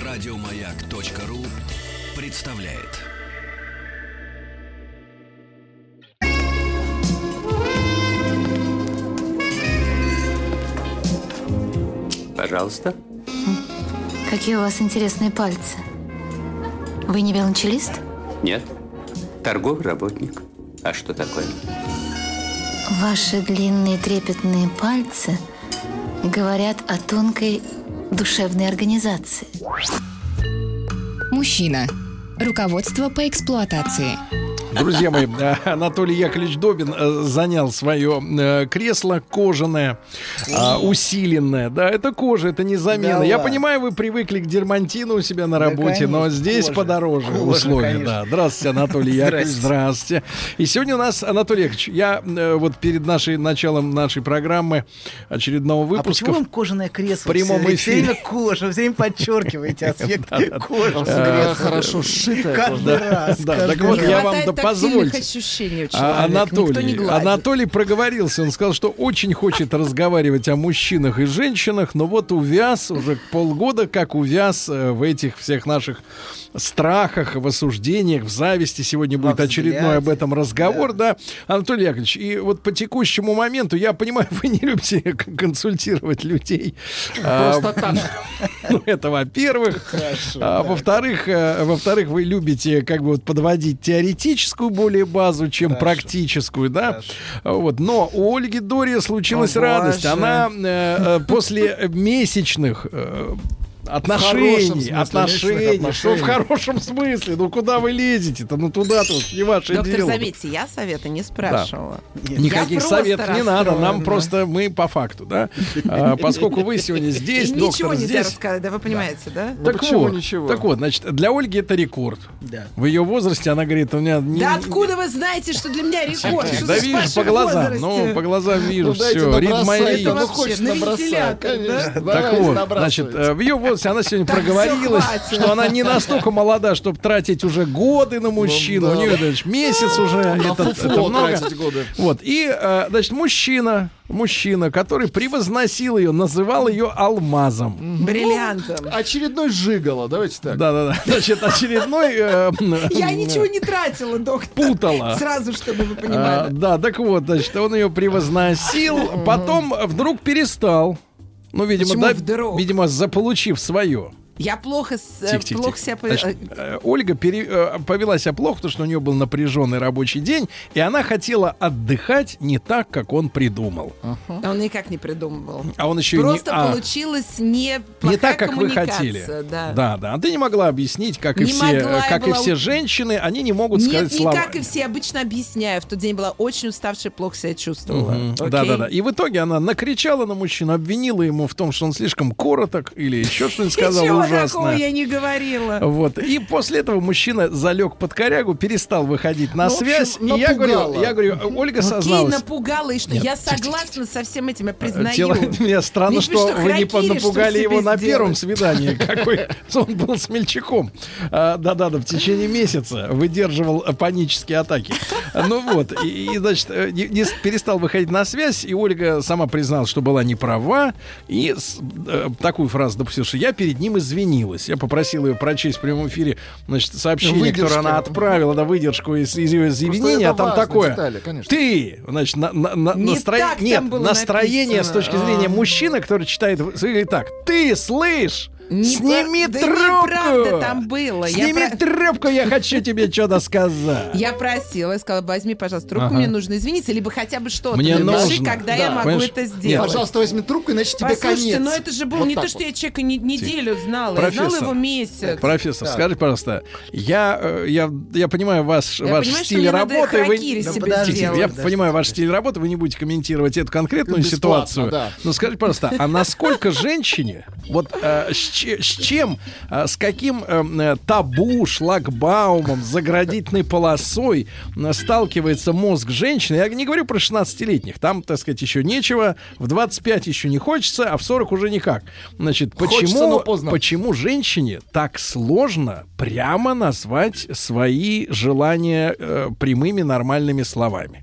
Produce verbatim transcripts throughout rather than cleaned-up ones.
Радиомаяк.ру представляет. Пожалуйста. Какие у вас интересные пальцы. Вы не велончелист? Нет. Торговый работник. А что такое? Ваши длинные трепетные пальцы говорят о тонкой душевной организации. Мужчина. Руководство по эксплуатации. Друзья мои, Анатолий Яковлевич Добин занял свое кресло кожаное, усиленное. Да, это кожа, это не замена. Да, Я ладно. понимаю, вы привыкли к дермантину у себя на работе, да, конечно, но здесь кожа. подороже кожа, условия. Да. Здравствуйте, Анатолий Яковлевич. Здравствуйте. И сегодня у нас, Анатолий Яковлевич, я вот перед нашей, началом нашей программы очередного выпуска... А почему вам кожаное кресло? В прямом эфире. Все время кожа, все время подчеркиваете аспект кожи. Хорошо сшитая. Каждый раз. Так вот, я вам позвольте. Ощущений у а, Анатолий, Анатолий проговорился. Он сказал, что очень хочет разговаривать о мужчинах и женщинах, но вот увяз уже полгода, как увяз в этих всех наших страхах, в осуждениях, в зависти. Сегодня будет Во очередной об этом разговор, да. да. Анатолий Яковлевич, и вот по текущему моменту, я понимаю, вы не любите консультировать людей. Просто так. Ну, это во-первых. А во-вторых, во-вторых, вы любите как бы вот подводить теоретическую более базу, чем Хорошо. практическую, да. Хорошо. Вот. Но у Ольги Дория случилась О, радость. Боже. Она э, после месячных э, Отношений, отношений, что в хорошем смысле? Ну куда вы лезете-то? Ну туда-то не ваше Доктор, дело. Доктор, заметьте, я совета не спрашивала. Да. Никаких советов не надо, нам просто мы по факту, да. А, поскольку вы сегодня здесь, доктор ничего здесь. Нельзя рассказать, да, вы понимаете, да? да? Так, вот, ничего. так вот, значит, для Ольги это рекорд. Да. В ее возрасте она говорит, у меня... Не, да откуда вы знаете, что для меня рекорд? Что да вижу по глазам, ну по глазам вижу, все, ритм моей. Ну хочешь набросать, конечно. Так вот, значит, в ее возрасте она сегодня проговорила, что она не настолько молода, чтобы тратить уже годы на мужчину. Ну, да. У нее, значит, месяц уже. Это, это много. Вот. И, значит, мужчина, мужчина, который превозносил ее, называл ее алмазом. Бриллиантом. Ну, очередной жиголо, давайте так. Да-да-да. Значит, очередной... Э, Я ничего не тратила, доктор. Путала. Сразу, чтобы вы понимали. А, да, так вот, значит, он ее превозносил, потом вдруг перестал. Ну, видимо, да, видимо, заполучив свое. Я плохо, тих, тих, плохо тих. себя повела. Ольга пере, повела себя плохо, потому что у нее был напряженный рабочий день, и она хотела отдыхать не так, как он придумал. Uh-huh. Он никак не придумывал. А он еще Просто не, а, получилось не плохая не так, как вы хотели. Да. да, да. А ты не могла объяснить, как не и все, как была... и все женщины, они не могут Нет, сказать не слова. Нет, не как и все. Обычно объясняю. В тот день была очень уставшая, плохо себя чувствовала. Uh-huh. Да, да, да. И в итоге она накричала на мужчину, обвинила ему в том, что он слишком короток или еще что-нибудь сказал ужасное. Такого я не говорила. Вот. И после этого мужчина залег под корягу, перестал выходить на ну, связь. Общем, и я говорю, я говорю, Ольга созналась. Окей, напугала, и что? Нет, я согласна со всем этим, я признаю. Тело, мне странно, Мне что, что вы не напугали его на первом свидании, какой он был смельчаком. Да-да-да, в течение месяца выдерживал панические атаки. Ну вот, и, значит, перестал выходить на связь, и Ольга сама призналась, что была не права, и такую фразу допустила, что я перед ним извинилась. Я попросил ее прочесть в прямом эфире, значит, сообщение, выдержку. Которое она отправила, да, выдержку из, из ее извинения, а там такое. Детали, ты, значит, на, на, на, Не настро... Нет, настроение написано. с точки зрения А-а-а. мужчины, который читает, говорит так: ты слышь, Не сними про... трубку! Да неправда там было. Сними я трубку, я хочу тебе что-то сказать. Я просила, я сказала, возьми, пожалуйста, трубку, ага. мне нужно извиниться, либо хотя бы что-то мне напиши, нужно. когда да. я могу Понимаешь? это сделать. Нет, пожалуйста, возьми трубку, иначе тебе Послушайте, конец. но это же было вот не то, вот. что я человека не, неделю знала, Профессор, я знала его месяц. Профессор, да. скажи, пожалуйста, я, я, я понимаю ваш, я ваш понимаю, стиль работы. Вы, да, подожди, сделать, я да. понимаю ваш стиль работы, вы не будете комментировать эту конкретную ситуацию. Да. Но скажите, пожалуйста, а насколько женщине, вот э, с, с чем, э, с каким э, табу, шлагбаумом, заградительной полосой э, сталкивается мозг женщины? Я не говорю про шестнадцатилетних, там, так сказать, еще нечего, в двадцать пять еще не хочется, а в сорок уже никак. Значит, почему, почему женщине так сложно прямо назвать свои желания э, прямыми нормальными словами?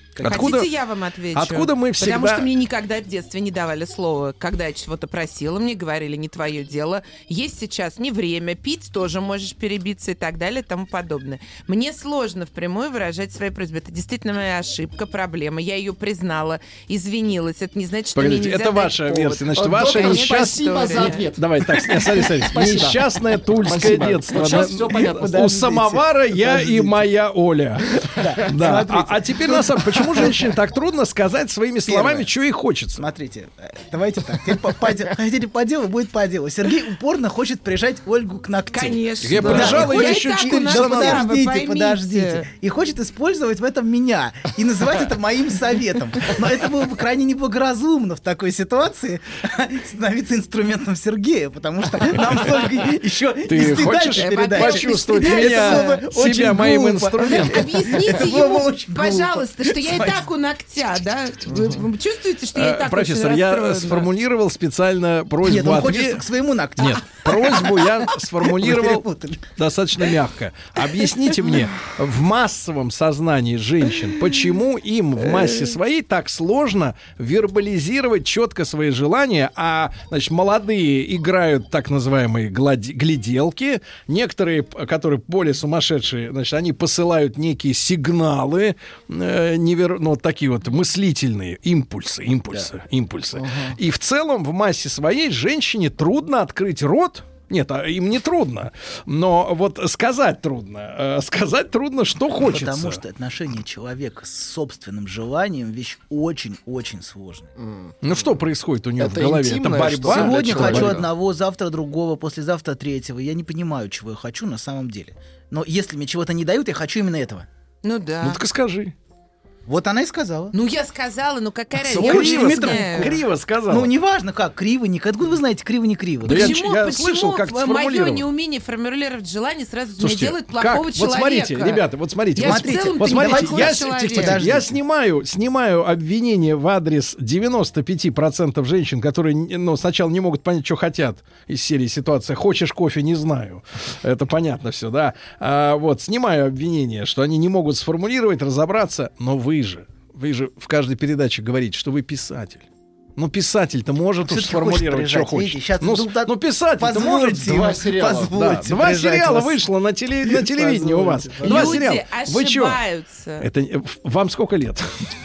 Откуда, Хотите, я вам отвечу? Откуда мы всегда... Потому что мне никогда в детстве не давали слова, когда я чего-то просила, мне говорили, не твое дело. Есть сейчас не время, пить тоже можешь перебиться и так далее и тому подобное. Мне сложно впрямую выражать свои просьбы. Это действительно моя ошибка, проблема. Я ее признала, извинилась. Это не значит, что Погодите, мне нельзя это дать ваша повод. версия. Значит, Вот, ваша доктор, несчастная... спасибо за ответ. Давай, так, смотри, смотри. Несчастное тульское Спасибо. детство. Вот сейчас На- всё понятно. У Подождите, самовара я и подождите. моя Оля. Да. Смотрите. А, а теперь на самом почему женщине так трудно сказать своими словами, Первое. что ей хочется? Смотрите, э, давайте так. Теперь по, по, де- хотите по делу, будет по делу. Сергей упорно хочет прижать Ольгу к ногтю. Конечно. Я да. прижал Я ее и еще так четыре у нас часа Да назад. права, подождите, поймите. подождите. И хочет использовать в этом меня. И называть это моим советом. Но это было бы крайне неблагоразумно в такой ситуации становиться инструментом Сергея, потому что нам с Ольгой еще Ты и стыда хочешь не передать. почувствовать Это меня, было бы очень себя моим глупо. инструментом? Объясните Это было бы ему, очень глупо. пожалуйста, что я и так у ногтя, да? Вы, вы чувствуете, что я и Э, так Профессор, очень я расстроена? сформулировал специально просьбу Нет, он отве- хочет к своему ногтю. Нет, просьбу я Вы сформулировал перепутали. достаточно мягко. Объясните мне, в массовом сознании женщин, почему им в массе своей так сложно вербализировать четко свои желания, а, значит, молодые играют так называемые глади- гляделки, некоторые, п- которые более сумасшедшие, значит, они посылают некие сигналы, э, невер- ну, вот такие вот мыслительные импульсы, импульсы, импульсы. И в целом в массе своей женщине трудно открыть рот. Нет, а им не трудно, но вот сказать трудно. Э, сказать трудно, что хочется. Потому что отношение человека с собственным желанием вещь очень-очень сложная. Ну что происходит у нее Это в голове? Это интимное борьба? что-то. Сегодня для хочу человека. одного, завтра другого, послезавтра третьего. Я не понимаю, чего я хочу на самом деле. Но если мне чего-то не дают, я хочу именно этого. Ну да. Ну так и скажи. Вот она и сказала. Ну я сказала, ну какая разница? Криво Я очень сказала. объясняю. Криво сказал. Ну, неважно как, криво, не... Откуда вы знаете, криво, не криво? Да я- Почему, я почему слышал, как ты мое сформулировал. неумение формулировать желание сразу меня Слушайте, делает как? плохого Вот человека? смотрите, ребята, вот смотрите. Я вот в целом-то вот не смотрите, плохой я, человек. тихо, тихо, я снимаю, снимаю обвинение в адрес девяносто пять процентов женщин, которые ну, сначала не могут понять, что хотят из серии ситуация. Хочешь кофе, не знаю. Это понятно все, да. А, вот, снимаю обвинение, что они не могут сформулировать, разобраться, но вы же, вы же в каждой передаче говорите, что вы писатель. Ну, писатель-то может уж Всё-таки сформулировать, хочет что прижать, хочет. видите, щас ну, вдруг так- ну, писатель-то может. Позвольте Два ему, сериала. Да, позвольте два прижать сериала вас. вышло на, теле, на телевидении у вас. Позвольте, Два Люди сериала. Вы чё? ошибаются. Это э, в- вам сколько лет?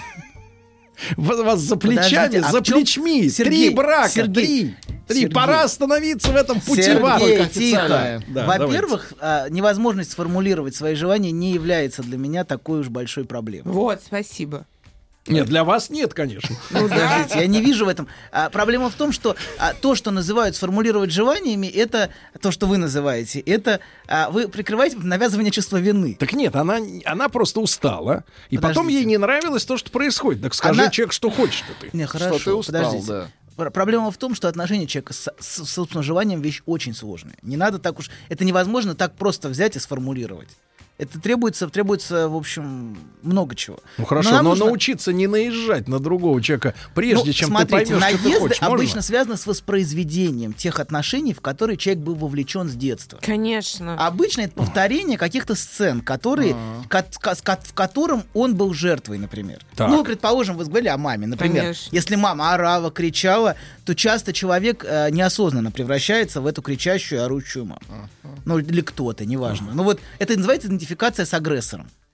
В- Вас за плечами, Подождите, а за в чём- плечми. Сергей, Три брака. Сергей, Три. Три. Сергей. Пора остановиться в этом пути Сергей, в ад. Только тихо. официальное. Да, Во-первых, а, невозможность сформулировать свои желания не является для меня такой уж большой проблемой. Вот, спасибо. Нет, для вас нет, конечно. Ну, подождите, я не вижу в этом. А, проблема в том, что а, то, что называют сформулировать желаниями, это то, что вы называете, это а, вы прикрываете навязывание чувства вины. Так нет, она, она просто устала. И потом Подождите. ей не нравилось то, что происходит. Так скажи, Она- человек, что хочешь ты. Не, Что хорошо, ты устал, подождите. да. Пр- Проблема в том, что отношения человека с, с собственным желанием вещь очень сложная. Не надо так уж... Это невозможно так просто взять и сформулировать. Это требуется, требуется, в общем, много чего. Ну хорошо, нам но нужно- научиться не наезжать на другого человека, прежде Ну, чем смотрите, ты поймешь, что ты наезды хочешь. Можно? обычно связаны с воспроизведением тех отношений, в которые человек был вовлечен с детства. Конечно. Обычно это повторение каких-то сцен, которые, ко- ко- ко- в котором он был жертвой, например. Так. Ну, предположим, вы говорили о маме. Например, Конечно. если мама орала, кричала, то часто человек э, неосознанно превращается в эту кричащую, орущую маму. Ну, или кто-то, неважно. Ну, вот это называется идентификация с агрессором.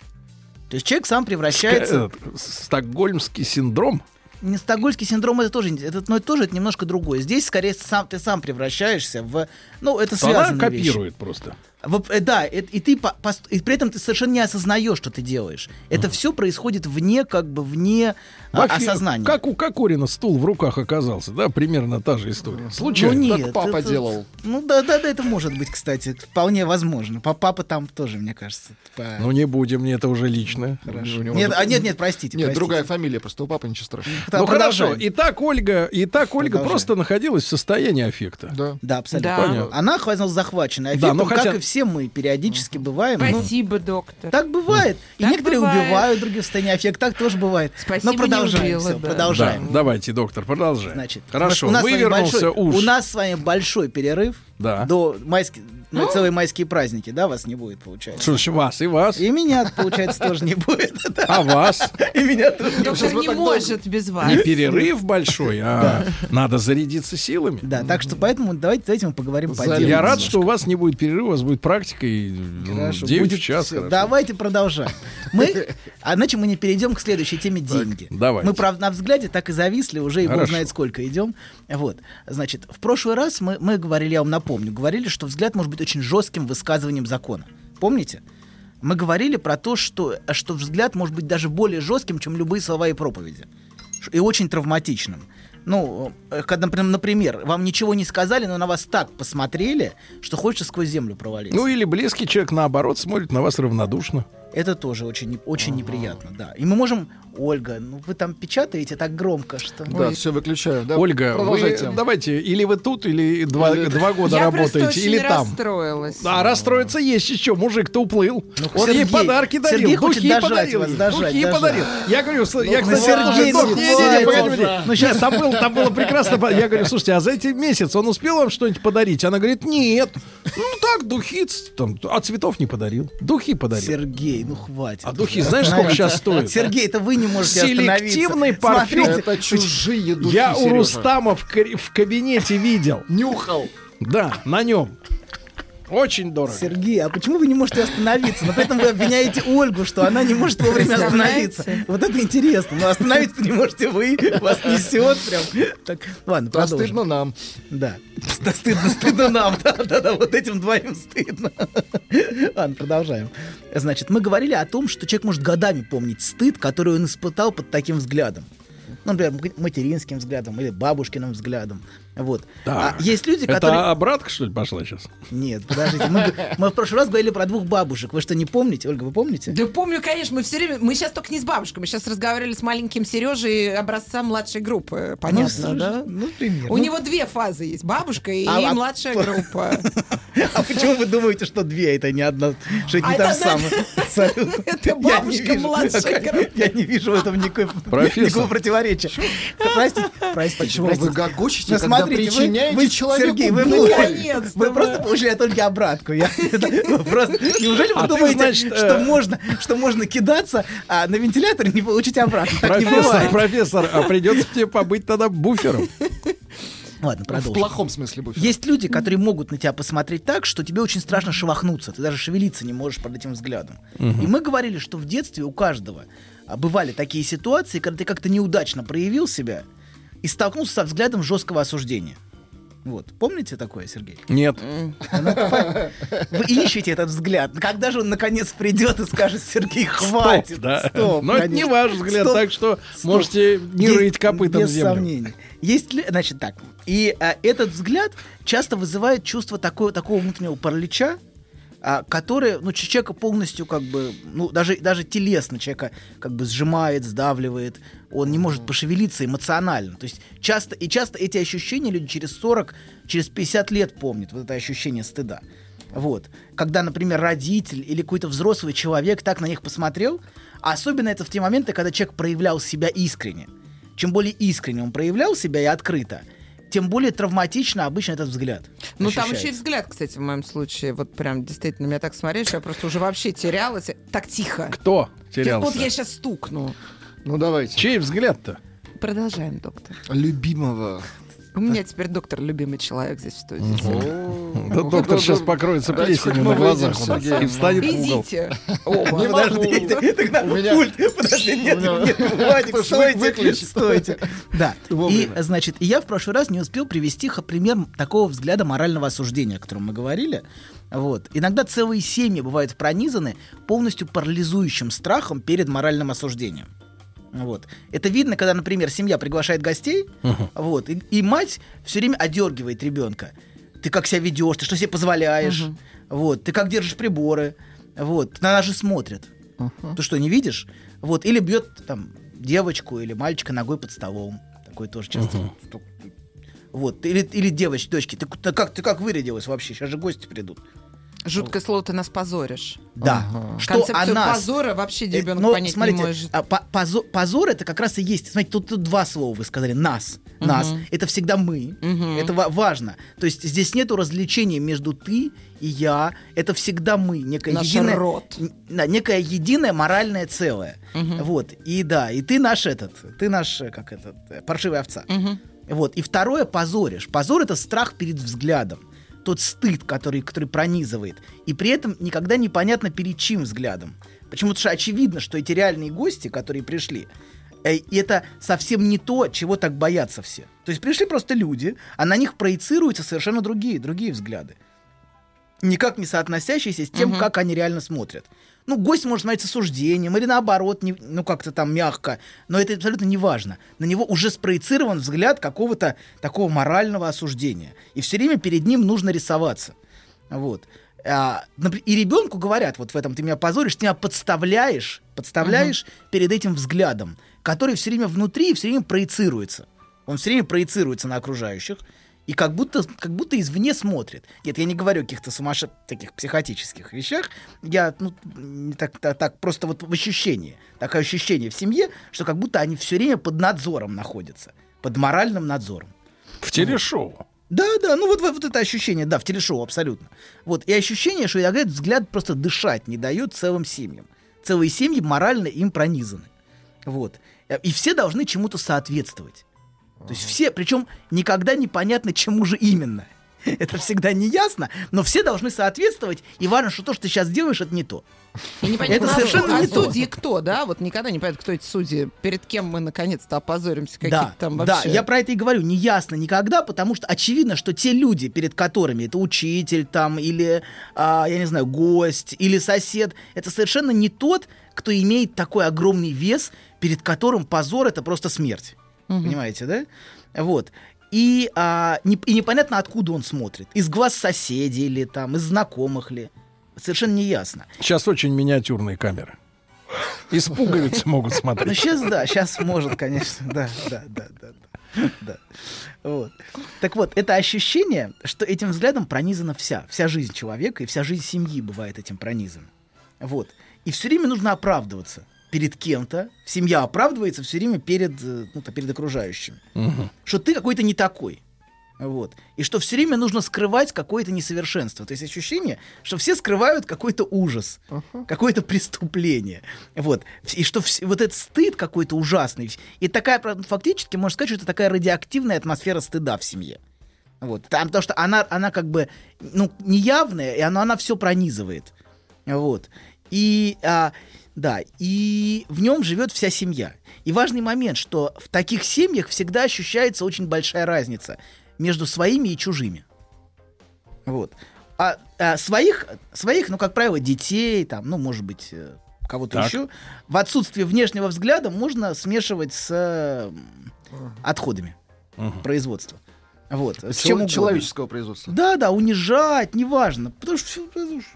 То есть человек сам превращается... Этот, стокгольмский синдром. Не стокгольмский синдром, это тоже, это, но это тоже это немножко другое. Здесь скорее сам, ты сам превращаешься в... Ну, это Она связанные вещи. копирует просто. В- э, Да, э, и ты по- пос- и при этом ты совершенно не осознаешь, что ты делаешь. Это все происходит вне, как бы вне а, Во-фи- осознания. Как у Кокорина стул в руках оказался, да, примерно та же история. Случайно. Ну, нет, Так папа это- делал. Ну да, да, да, это может быть, кстати, вполне возможно. Па- Папа там тоже, мне кажется. по- Ну не будем, мне это уже личное. Хорошо. У него Нет, же- а нет, нет, простите. Нет, простите. другая фамилия, просто у папы ничего страшного. Да, Ну хорошо. продолжаем. Итак, Ольга, итак, Ольга Продолжаем. просто находилась в состоянии аффекта. Да. Да, абсолютно. Да. Понятно. Она оказалась захваченной Да, аффектом, но хотя- как и все мы периодически бываем. Ну, Спасибо, доктор. так бывает. И Так некоторые бывает. убивают, другие в состоянии аффекта. Так тоже бывает. Спасибо, Но продолжаем. не убила, всё, да. продолжаем. Да, давайте, доктор, продолжаем. Значит, Хорошо, у нас, с вами вывернулся большой, уж. у нас с вами большой перерыв Да. до майских, ну, и целые майские праздники, да, вас не будет, получается? Слушай, вас и вас. И меня, получается, тоже не будет. А вас? И меня тоже не Доктор будет. не может без вас. Не перерыв большой, а надо зарядиться силами. Да, так что поэтому давайте, давайте мы поговорим по делу. Я рад, немножко. что у вас не будет перерыва, у вас будет практика и Хорошо, девять будет в час. всё. хорошо. Давайте продолжаем. Мы, а иначе мы не перейдем к следующей теме деньги. давайте. Мы, правда, на взгляде так и зависли, уже и бог Хорошо. знает сколько идем. Вот. Значит, в прошлый раз мы, мы говорили, я вам напомню, говорили, что взгляд может быть очень жестким высказыванием закона. Помните? Мы говорили про то, что, что взгляд может быть даже более жестким, чем любые слова и проповеди. И очень травматичным. Ну, когда, например, вам ничего не сказали, но на вас так посмотрели, что хочется сквозь землю провалиться. Ну или близкий человек, наоборот, смотрит на вас равнодушно. Это тоже очень, не- очень неприятно, да. И мы можем... Ольга, ну вы там печатаете так громко, что... Да, все выключаю. Да, Ольга, вы продолжайте. давайте, или вы тут, или два, Или- два года Я просто работаете, очень или там. расстроилась. А расстроиться есть еще. Мужик-то уплыл. Он Сергей- ей подарки дарил. Сергей хочет духи дожать подарил. вас, ей, дожать, духи дожать. подарил. Я говорю, с- я, ну, кстати, Сергей, тоже- ну, не, не, не, хватит погоди, уже. погоди. Ну, сейчас там было, там было прекрасно. Я говорю, слушайте, а за эти месяцы он успел вам что-нибудь подарить? Она говорит, нет. Ну так, духи, там, а цветов не подарил. Духи подарил. Сергей, ну хватит. А уже. духи знаешь, сколько Остановитесь. сейчас стоят? Сергей, это вы не можете остановиться. Селективный парфюм. Смотрите, Это чужие духи, Я у Сережа. Рустама в, ка- в кабинете видел. Нюхал. Да, на нем. Очень дорого. Сергей, а почему вы не можете остановиться? Но при этом вы обвиняете Ольгу, что она не может вовремя остановиться. Представляете? Вот это интересно. Но остановиться не можете вы. Вас несет прям. Так, ладно, Да, продолжим. стыдно нам. Да. Да, стыдно, стыдно нам. Да, да, да, вот этим двоим стыдно. Ладно, продолжаем. Значит, мы говорили о том, что человек может годами помнить стыд, который он испытал под таким взглядом. Ну, например, материнским взглядом или бабушкиным взглядом. Вот. Так. А есть люди, Это которые... обратка, что ли, пошла сейчас? Нет, подождите. Мы, мы в прошлый раз говорили про двух бабушек. Вы что, не помните? Ольга, вы помните? Да помню, конечно, мы все время... Мы сейчас только не с бабушкой, мы сейчас разговаривали с маленьким Сережей образца младшей группы. Понятно, ну, да? Ну, примерно. У него две фазы есть. Бабушка и А, а- младшая группа. А почему вы думаете, что две, это не одна, что это не А та это- же самая? Абсолютно. Это Я не бабушка вижу. младшая группа. Я не вижу в этом никакой, Профессор. никакого противоречия. Да, Простите, простите. Почему простите. вы гогочете, Ну, когда смотрите, вы- причиняете вы, человеку Сергей, вы, боль? Наконец-то вы мы- просто получили от Ольги обратку. Я, вы просто, неужели вы А ты, думаете, значит, что, э, можно, что можно кидаться, а на вентиляторе не получить обратно? Так не Профессор, бывает. профессор, а придется тебе побыть тогда буфером. Ладно, В продолжим. плохом смысле буфер. Есть люди, которые могут на тебя посмотреть так, что тебе очень страшно шелохнуться. Ты даже шевелиться не можешь под этим взглядом. И мы говорили, что в детстве у каждого а, бывали такие ситуации, когда ты как-то неудачно проявил себя и столкнулся со взглядом жесткого осуждения. Вот. Помните такое, Сергей? Нет. Вы ищете этот взгляд. Когда же он наконец придет и скажет: Сергей, хватит. Стоп, да. Стоп, Но это не конечно. ваш взгляд, Стоп. так что Стоп. можете не Есть- рыть копытом без землю. сомнений. Есть ли, значит, так. И а, этот взгляд часто вызывает чувство такого, такого внутреннего паралича, а, которое, ну, ч- человека полностью, как бы, ну, даже, даже телесно человека как бы сжимает, сдавливает, он не может пошевелиться эмоционально. То есть часто, и часто эти ощущения люди через сорок, через пятьдесят лет помнят, вот это ощущение стыда. Вот. Когда, например, родитель или какой-то взрослый человек так на них посмотрел, а особенно это в те моменты, когда человек проявлял себя искренне. Чем более искренне он проявлял себя и открыто, тем более травматично обычно этот взгляд. Ну, там еще и ощущается. взгляд, кстати, в моем случае. Вот прям действительно меня так смотрели, что я просто уже вообще терялась. Так тихо. Кто Вот терялся? я сейчас стукну. Ну давайте. Чей взгляд-то? Продолжаем, доктор. Любимого. У меня теперь доктор любимый человек здесь в студии. Да доктор сейчас покроется Давайте плесенью хоть на мы глазах выйдем, у нас Сергей. и встанет в угол. Идите. Оба. Не могу. Подождите, тогда У меня- пульт, подожди, нет, У меня- нет, Владик, Вы- стойте, выключите. стойте. Да, и, Вовремя. значит, и я в прошлый раз не успел привести х- пример такого взгляда морального осуждения, о котором мы говорили. Вот. Иногда целые семьи бывают пронизаны полностью парализующим страхом перед моральным осуждением. Вот. Это видно, когда, например, семья приглашает гостей, вот, и, и мать все время одергивает ребенка. Ты как себя ведешь, ты что себе позволяешь, вот, ты как держишь приборы, вот, на нас же смотрят. Ты что, не видишь? Вот, или бьет там девочку или мальчика ногой под столом. Такое тоже часто. Вот, или, или девочки, дочки, ты, ты как, ты как вырядилась вообще? Сейчас же гости придут. Жуткое слово, ты нас позоришь. Да. Ага. Что Концепцию о нас... позора вообще Э, ребенок но, понять смотрите, не может. а, по- позо- позор это как раз и есть. Смотрите, тут, тут два слова вы сказали. Нас. Нас. Это всегда мы. Это ва- важно. То есть здесь нету развлечения между ты и я. Это всегда мы. Некое Наш единое, род. н- да, некое единое моральное целое. Вот. И да, и ты наш этот, ты наш, э, как этот, э, паршивая овца. Вот. И второе, позоришь. Позор — это страх перед взглядом. Тот стыд, который, который пронизывает. И при этом никогда непонятно перед чьим взглядом. Почему-то же очевидно, что эти реальные гости, которые пришли, э, это совсем не то, чего так боятся все. То есть пришли просто люди, а на них проецируются совершенно другие, другие взгляды. Никак не соотносящиеся с тем, как они реально смотрят. Ну, гость может смотреть с осуждением или наоборот, не, ну, как-то там мягко, но это абсолютно не важно. На него уже спроецирован взгляд какого-то такого морального осуждения. И все время перед ним нужно рисоваться. Вот. А, напр- и ребенку говорят, вот в этом ты меня позоришь, ты меня подставляешь, подставляешь перед этим взглядом, который все время внутри и все время проецируется. Он все время проецируется на окружающих. И как будто, как будто извне смотрит. Нет, я не говорю о каких-то сумасшедших, таких психотических вещах. Я, ну, не так, так, так, просто вот в ощущении. Такое ощущение в семье, что как будто они все время под надзором находятся. Под моральным надзором. В телешоу. Да, да, ну вот, вот, вот это ощущение, да, в телешоу абсолютно. Вот, и ощущение, что иногда этот взгляд просто дышать не дает целым семьям. Целые семьи морально им пронизаны. Вот. И все должны чему-то соответствовать. То есть все, причем никогда непонятно, чему же именно. Это всегда не ясно, но все должны соответствовать, и важно, что то, что ты сейчас делаешь, это не то. И непонятно, Это а совершенно су- не а то. судьи кто, да? Вот никогда не понятно, кто эти судьи, перед кем мы наконец-то опозоримся, какие Да, там да, вообще... я про это и говорю, не ясно никогда, потому что очевидно, что те люди, перед которыми это учитель там, или, а, я не знаю, гость, или сосед, это совершенно не тот, кто имеет такой огромный вес, перед которым позор — это просто смерть. Понимаете, да? Вот. И, а, не, и непонятно, откуда он смотрит. Из глаз соседей или там, из знакомых ли. Совершенно не ясно. Сейчас очень миниатюрные камеры. Из пуговицы могут Ну, смотреть. сейчас, да, сейчас может, конечно. Да, да, да, да. да. Да. Вот. Так вот, это ощущение, что этим взглядом пронизана вся, вся жизнь человека, и вся жизнь семьи бывает этим пронизана. Вот. И все время нужно оправдываться перед кем-то. Семья оправдывается все время перед, э, ну, перед окружающими. Мгм. Что ты какой-то не такой. Вот. И что все время нужно скрывать какое-то несовершенство. То есть ощущение, что все скрывают какой-то ужас, какое-то преступление. Вот. И что вс- вот этот стыд какой-то ужасный. И такая, правда, фактически, можно сказать, что это такая радиоактивная атмосфера стыда в семье. Вот. Там, потому что она, она как бы, ну, неявная, и она, она все пронизывает. Вот. И, а, да, и в нем живет вся семья. И важный момент, что в таких семьях всегда ощущается очень большая разница между своими и чужими. Вот. А, а своих, своих, ну, как правило, детей, там, ну, может быть, э, кого-то Так. еще, в отсутствие внешнего взгляда можно смешивать с э, м, отходами Мгм. производства. Вот. С Чел- чем угодно. человеческого производства. Да, да, унижать, неважно. Потому что всё-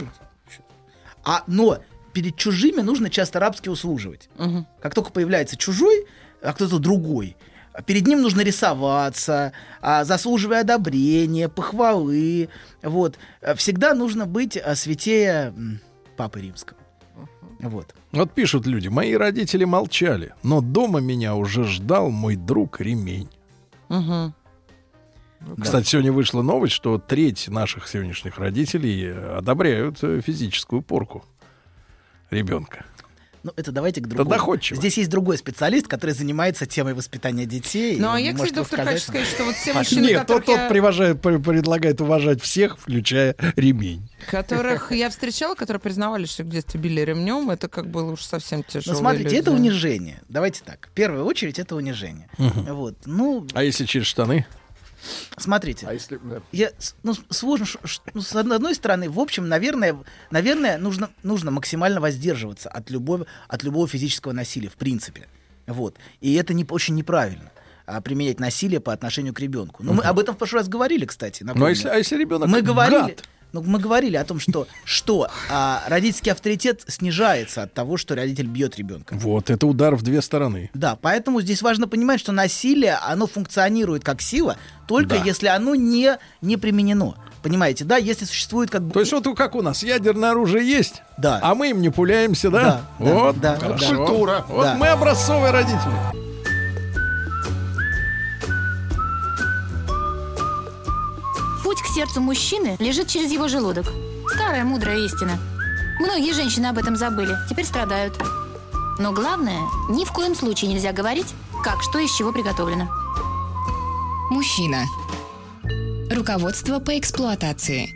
А, но перед чужими нужно часто рабски услуживать. Мгм. Как только появляется чужой, а кто-то другой, перед ним нужно рисоваться, а, заслуживая одобрения, похвалы. Вот. А, всегда нужно быть а, святее м, Папы Римского. Вот. Вот пишут люди: мои родители молчали, но дома меня уже ждал мой друг ремень. Мгм. Кстати, сегодня вышла новость, что треть наших сегодняшних родителей э, одобряют э, физическую порку ребенка. Ну, это давайте к другому. доходчиво. Здесь есть другой специалист, который занимается темой воспитания детей. Ну, и а он я, может кстати, доктор, рассказать хочу нам. сказать, что вот все Паша, мужчины, Нет, тот, которых тот я... привожает- пр- предлагает уважать всех, включая ремень. которых я встречала, которые признавали, что в детстве били ремнем, это как было уж совсем тяжело. Ну, смотрите, это унижение. Давайте так. В первую очередь, это унижение. Вот. Ну, А если через штаны? смотрите. А если... да. Я, с- ну, сложно, ш- ш- ну, с одной стороны, в общем, наверное, наверное нужно, нужно максимально воздерживаться от любого, от любого физического насилия, в принципе. Вот. И это не, очень неправильно, а, применять насилие по отношению к ребенку. Ну, мы об этом в прошлый раз говорили, кстати. Ну, а напомню. если, а если ребенок Мы говорили, гад? Но мы говорили о том, что, что а, родительский авторитет снижается от того, что родитель бьет ребенка. Вот, это удар в две стороны. Да, поэтому здесь важно понимать, что насилие, оно функционирует как сила, только Да. если оно не, не применено. Понимаете, да, если существует как бы... То есть вот как у нас, ядерное оружие есть, Да. а мы им не пуляемся, да? Да, да, Вот, да, хорошо. да. Культура. Вот Да. мы образцовые родители. Путь к сердцу мужчины лежит через его желудок. Старая мудрая истина. Многие женщины об этом забыли, теперь страдают. Но главное, ни в коем случае нельзя говорить, как что из чего приготовлено. Мужчина. Руководство по эксплуатации.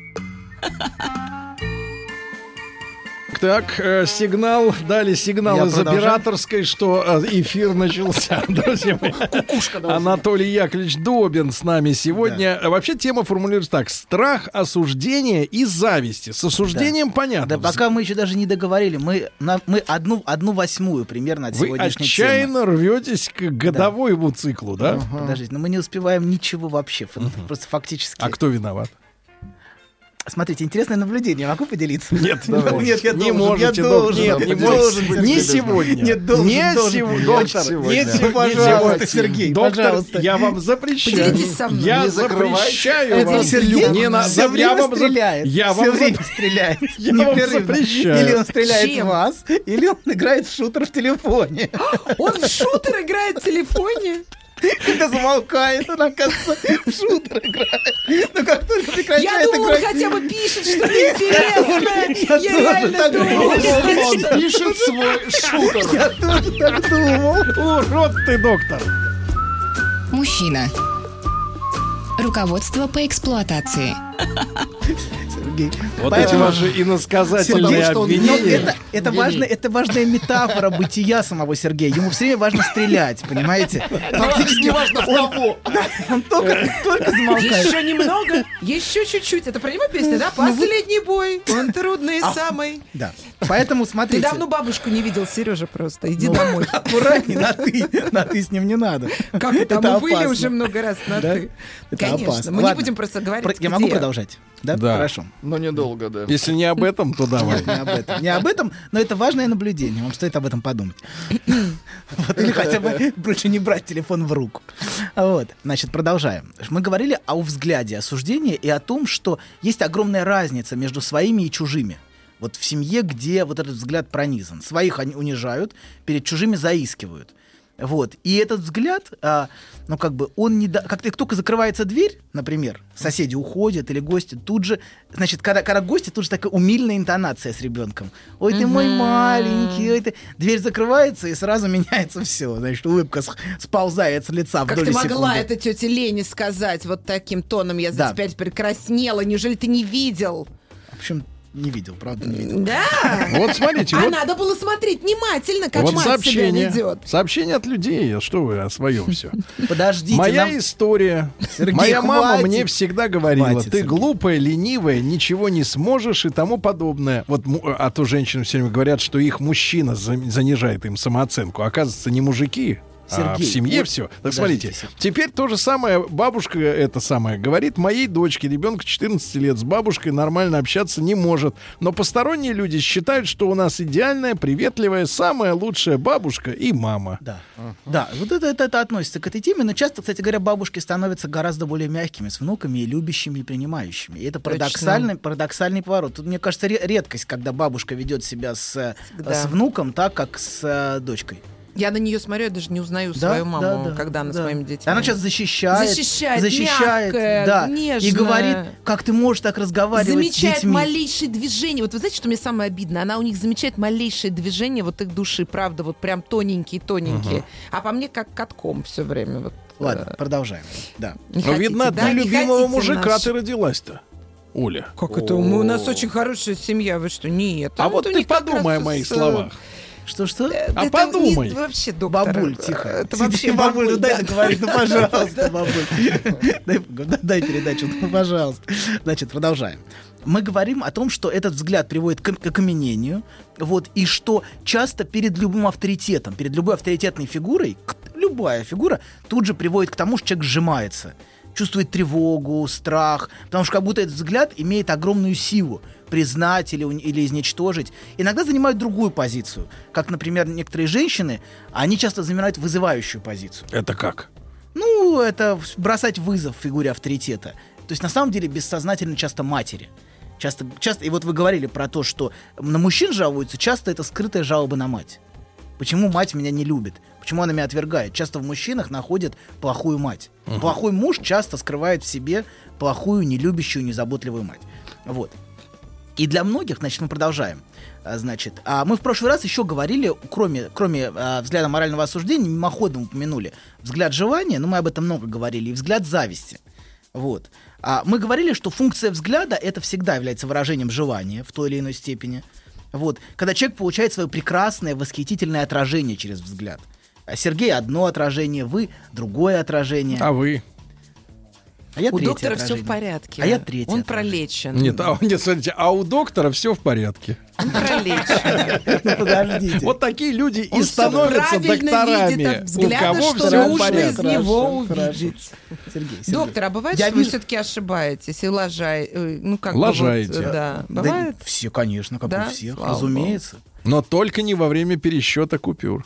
Так, э, сигнал, дали сигнал Я из продолжаю? операторской, что э, эфир начался. Друзья мои. Анатолий Яковлевич Добин с нами сегодня. Вообще тема формулируется так: страх осуждения и зависти. С осуждением понятно. Да пока мы еще даже не договорили, мы, на, мы одну, одну восьмую примерно от Вы сегодняшней отчаянно рветесь к годовому циклу, да? темы. Подождите, но мы не успеваем ничего вообще, ф- просто фактически. А кто виноват? Смотрите, интересное наблюдение, могу поделиться? Нет, не Давай. можете. Нет, я Не должен, можете, я доктор. должен, Нет, я не должен можете. быть Не интересным. сегодня. Нет, должен, Не должен. сегодня. Доктор, Сегодня. не Не сегодня. Пожалуйста, сегодня. Сергей, Доктор, пожалуйста. я вам запрещаю. Поделитесь со мной. Я Не закрывайте. запрещаю Это вам. Сергей Не на- все я время вам за- стреляет. Я все вам время за- стреляет. Я вам непрерывно. запрещаю. Или он стреляет Чем? в вас, или он играет в шутер в телефоне. Он в шутер играет в телефоне. Когда замолкает, он, оказывается, в шутер играет. Но как только прекращает Я думала, он играть... хотя бы пишет что-то интересное. Я реально так думала. думал. Он пишет свой шутер. Я тоже так думал. Урод ты, доктор. Мужчина. Руководство по эксплуатации. Сергей. Вот Поэтому- эти ваши иносказательные Сергей, что он- обвинения. ну, это, это, важно, это важная метафора бытия самого Сергея. Ему все время важно стрелять, понимаете? Фактически Неважно, в кого. он только, только замолкает. Еще немного, еще чуть-чуть. Это про него песня, да? Последний бой, он трудный самый. Да. Поэтому Ты смотрите. давно бабушку не видел, Сережа, просто. Иди ну, домой. аккуратней, на ты. На ты с ним не надо. Как это? Это Мы были опасно. уже много раз на Да? ты. Это Конечно. опасно. Мы не Ладно. будем просто говорить, Про- Я могу где. продолжать? Да? Да. Хорошо. Но недолго, да. Если не об этом, то давай. Не об этом. Не об этом, но это важное наблюдение. Вам стоит об этом подумать. Вот, или хотя бы лучше не брать телефон в руку. Вот. Значит, продолжаем. Мы говорили о взгляде осуждения и о том, что есть огромная разница между своими и чужими. Вот в семье, где вот этот взгляд пронизан. Своих они унижают, перед чужими заискивают. Вот. И этот взгляд, а, ну, как бы, он не... Да... Как только закрывается дверь, например, соседи уходят или гости, тут же... Значит, когда, когда гости, тут же такая умильная интонация с ребенком. Ой, ты мой маленький, ой, ты... Дверь закрывается, и сразу меняется все. Значит, улыбка с- сползает с лица в Как доли ты могла секунды. это тете Лене сказать вот таким тоном? Я за Да. тебя теперь краснела. Неужели ты не видел? В общем, не видел, правда, не видел. Да. Вот смотрите, А вот, надо было смотреть внимательно, как вот мать себя сообщение. ведет. Сообщение от людей. Что вы о своем все? Подождите, Моя нам- история. Сергей, Моя мама хватит. мне всегда говорила: Хватит, ты Сергей. глупая, ленивая, ничего не сможешь и тому подобное. Вот, му- а то женщины все время говорят, что их мужчина за- занижает им самооценку. Оказывается, не мужики. А в Сергей, семье вот все. Так подождите, смотрите, Сергей. теперь то же самое бабушка это самое говорит моей дочке, ребенку четырнадцати лет, с бабушкой нормально общаться не может. Но посторонние люди считают, что у нас идеальная, приветливая, самая лучшая бабушка и мама. Да, да, вот это, это, это относится к этой теме, но часто, кстати говоря, бабушки становятся гораздо более мягкими с внуками и любящими и принимающими. И это парадоксальный, парадоксальный поворот. Тут, мне кажется, ре- редкость, когда бабушка ведет себя с, э, Всегда. с внуком так, как с э, дочкой. Я на нее смотрю, я даже не узнаю Да, свою маму, да, да, когда она да. с моими детьми. Она сейчас защищает, Защищает, защищает, мягкая, да, и нежная. говорит, как ты можешь так разговаривать Замечает с детьми. малейшие движения. Вот вы знаете, что мне самое обидное? Она у них замечает малейшие движения вот их души, правда, вот прям тоненькие-тоненькие. А по мне как катком все время. Вот, Ладно, э, продолжаем. Да. не Но хотите, видно, от да? Не нелюбимого хотите мужика наш- ты родилась-то, Оля. Как это? Мы- У нас очень хорошая семья, вы что? Нет. А вот у ты них как подумай раз о моих с, э, словах. Что-что? А это подумай. не- вообще, доктор. Бабуль, э, тихо. Это Сиди, вообще бабуль, ну дай да. договорить, ну пожалуйста, бабуль. Дай, дай передачу, ну пожалуйста. Значит, продолжаем. Мы говорим о том, что этот взгляд приводит к, к окаменению, вот, и что часто перед любым авторитетом, перед любой авторитетной фигурой, к- любая фигура тут же приводит к тому, что человек сжимается. чувствует тревогу, страх, потому что как будто этот взгляд имеет огромную силу признать или, или изничтожить. Иногда занимают другую позицию. Как, например, некоторые женщины, они часто занимают вызывающую позицию. Это как? Ну, это бросать вызов фигуре авторитета. То есть, на самом деле, бессознательно часто матери. Часто, часто, и вот вы говорили про то, что на мужчин жалуются, часто это скрытая жалоба на мать. Почему мать меня не любит? Почему она меня отвергает? Часто в мужчинах находят плохую мать. Uh-huh. Плохой муж часто скрывает в себе плохую, нелюбящую, незаботливую мать. Вот. И для многих, значит, мы продолжаем. Значит, а мы в прошлый раз еще говорили, кроме, кроме а, взгляда морального осуждения, мимоходом упомянули взгляд желания, но мы об этом много говорили, и взгляд зависти. Вот. А мы говорили, что функция взгляда это всегда является выражением желания в той или иной степени. Вот. Когда человек получает свое прекрасное, восхитительное отражение через взгляд. А Сергей одно отражение, вы другое отражение. А вы? А я у доктора отражение. Все в порядке. А я третье. Он отражение. пролечен. Нет, а, нет, смотрите, а у доктора все в порядке. Он пролечен. Ну, подождите. Вот такие люди и Он всё становятся правильно докторами. видит от взгляда, У кого что все в нужно порядке. из него Хорошо, увидеть. Сергей, Сергей. Доктор, а бывает, Я что вы вижу- все-таки ошибаетесь и лажаете? Ну, как бы Лажаете. вот, да. Да, Бывает? все, конечно, как Да? у всех, Слава разумеется. Но только не во время пересчета купюр.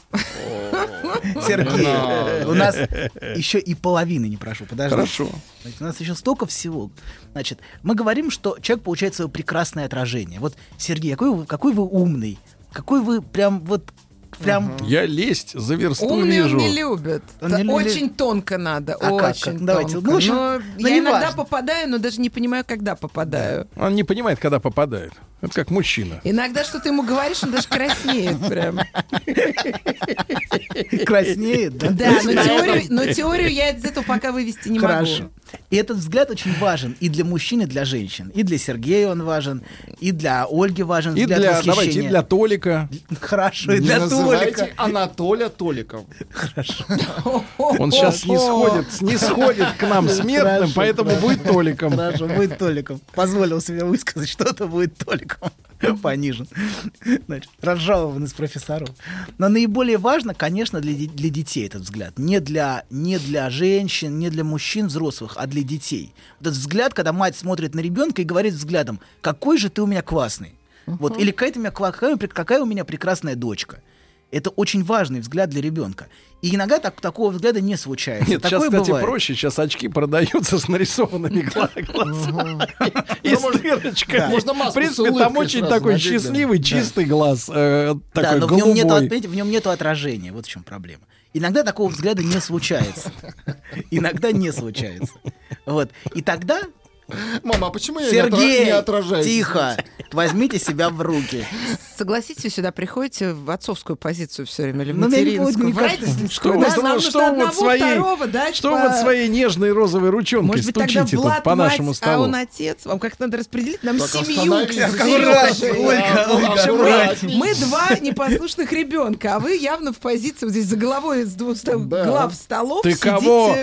Сергей, у нас еще и половины не прошу, подожди. Хорошо. Значит, у нас еще столько всего. Значит, мы говорим, что человек получает свое прекрасное отражение. Вот, Сергей, какой вы, какой вы умный, какой вы прям вот прям. Я лезть за версту Умный он вижу. не любит. Он Да, не любит. очень тонко надо. А как, очень как? Давайте, тонко. ну, в общем, но ну, я не иногда важно. попадаю, но даже не понимаю, когда попадаю. Он не понимает, когда попадает. Это как мужчина. Иногда что-то ему говоришь, он даже краснеет прям. Краснеет, да? Да, но теорию, но теорию я из этого пока вывести не Хорошо. могу. И этот взгляд очень важен и для мужчин, и для женщин. И для Сергея он важен, и для Ольги важен И взгляд для, восхищения. давайте, и для Толика. Хорошо, и Не для называйте Толика. Анатолия Толиком. Он сейчас не сходит, не сходит к нам смертным, Хорошо, поэтому хорошо. будет Толиком. Хорошо, будет Толиком. Позволил себе высказать, что-то будет Толиком. Понижен. Значит, разжалован из профессоров. Но наиболее важно, конечно, для, де- для детей этот взгляд. Не для, не для женщин, не для мужчин взрослых, а для детей. Вот этот взгляд, когда мать смотрит на ребенка и говорит взглядом: какой же ты у меня классный. Вот. Или какая, ты у меня, кла- какая, какая у меня прекрасная дочка. Это очень важный взгляд для ребенка. И иногда так, такого взгляда не случается. Нет, Такое сейчас, кстати, бывает. проще. Сейчас очки продаются с нарисованными гла- глазами. И с дырочкой. Можно маску В принципе, с улыбкой там очень сразу такой надеть, да. счастливый, чистый глаз. э, Да, Такой но в нем, нету, голубой. понимаете, в нем нету отражения. Вот в чем проблема. Иногда такого взгляда не случается. Иногда не случается. Вот. И тогда, Мама, а почему я не отра- Сергей, не отражаюсь? тихо, возьмите себя в руки. Согласитесь, вы сюда приходите в отцовскую позицию все время или в Ну, мне не материнскую, будет в никак- родительскую. Что Да, вы- нам что нужно вы одного, вот своей- второго, да, Что по- вы вот своей нежной розовой ручонкой Может быть, тогда стучите Влад тут по мать, нашему а столу? он отец. Вам как-то надо распределить нам Так, семью. остановись, Аккуратнее, Сережа. Ольга, Ольга, Аккуратнее. аккуратнее. Мы два непослушных ребенка, а вы явно в позиции вот здесь за головой с двух ст- Да. глав столов Ты сидите. кого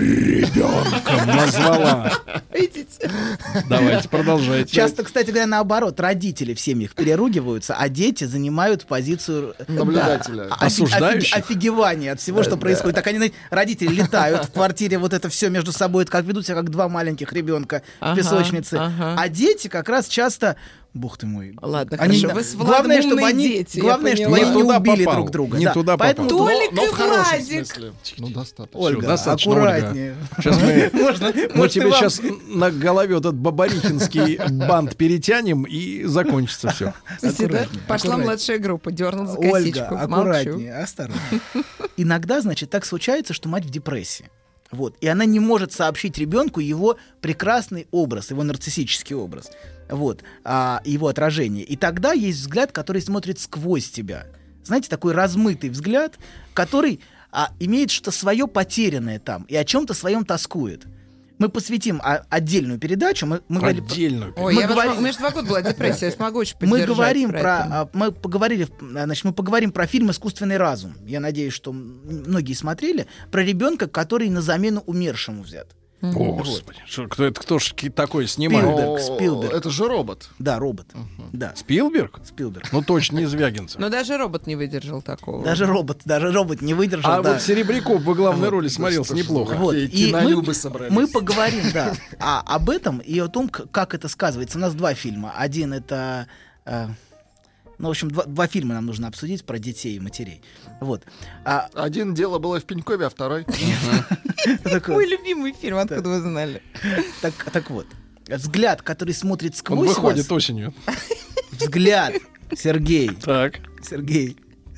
ребенком назвала? Видите? Давайте, продолжайте. Часто, кстати говоря, наоборот, родители в семьях переругиваются, а дети занимают позицию Наблюдателя. да, офи- Осуждающих? офи- офигевания от всего, что происходит. Так они, знаете, родители летают в квартире, вот это все между собой, как ведут себя как два маленьких ребенка в Ага, песочнице. ага. А дети как раз часто, бог ты мой, Ладно, они- хорошо. Вы с Владом главное, чтобы умные они, дети, я главное, чтобы поняла. они Не не туда убили попал, друг друга. не да. туда Поэтому попал. Толик но и в хорошем Владик. смысле. Ну, достаточно. Ольга, достаточно, аккуратнее. Сейчас мы, Можно- мы может, тебе и вам- сейчас на голове вот этот бабарихинский бант перетянем, и закончится все. Видите, да? Аккуратнее, Пошла аккуратнее. младшая группа, дернул за Ольга, косичку. Молчу. аккуратнее, осторожнее. Иногда, значит, так случается, что мать в депрессии. Вот. И она не может сообщить ребенку его прекрасный образ, его нарциссический образ, вот, а, его отражение. И тогда есть взгляд, который смотрит сквозь тебя. Знаете, такой размытый взгляд, который а, имеет что-то свое потерянное там и о чем-то своем тоскует. Мы посвятим а, отдельную передачу. Мы, мы говорили про- Отдельную. Ой, Мы я говорим- вас- у меня же два года была депрессия, я смогу очень Мы поддержать говорим про про, это. а, мы поговорили, а, значит, мы поговорим про фильм «Искусственный разум». Я надеюсь, что м- многие смотрели про ребенка, который на замену умершему взят. О, Господи, что, кто это, кто ж такое снимает? Спилберг, О, Спилберг. Это же робот. Да, робот. Да, Спилберг? Спилберг. Ну точно не Звягинцев. Но даже робот не выдержал такого. Даже робот, даже робот не выдержал. А да. вот Серебряков по главной роли Да смотрелся что ж неплохо. Вот. Какие И мы, кинолюбы собрались. мы поговорим, да, а, об этом и о том, к- как это сказывается. У нас два фильма. Один это... э, ну, в общем, два, два фильма нам нужно обсудить про детей и матерей. Вот. А, Один дело было в Пенькове, а второй... так, Мой любимый фильм, откуда вы знали? так, так вот. Взгляд, который смотрит Он сквозь выходит вас. осенью. Взгляд, Сергей. Так. Сергей.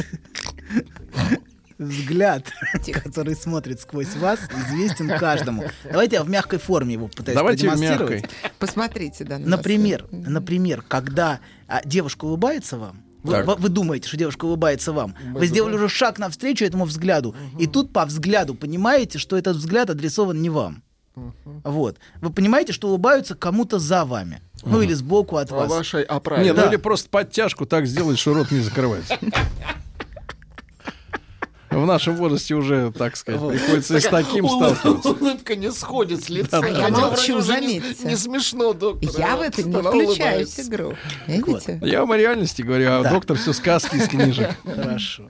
Взгляд, который смотрит сквозь вас, известен каждому. Давайте я в мягкой форме его пытаюсь Давайте в продемонстрировать. мягкой. Посмотрите, да. на Например, нас. например, когда а, девушка улыбается вам, вы, Так. вы- вы думаете, что девушка улыбается вам, Мы вы сделали думаем. уже шаг навстречу этому взгляду, и тут по взгляду понимаете, что этот взгляд адресован не вам. Вот. Вы понимаете, что улыбаются кому-то за вами. Ну или сбоку от По вас. вашей оправе. Не, Да. ну или просто подтяжку так сделать, что рот не закрывается. В нашем возрасте уже, так сказать, приходится и с таким Улыбка- сталкиваться. Улыбка не сходит с лица. Да, Я Хотя молчу, вроде уже не- заметьте. Не смешно, доктор. Я а в это не она включаюсь в улыбается. игру. Видите? Я вам о реальности говорю, а Да. доктор все сказки из книжек. Хорошо.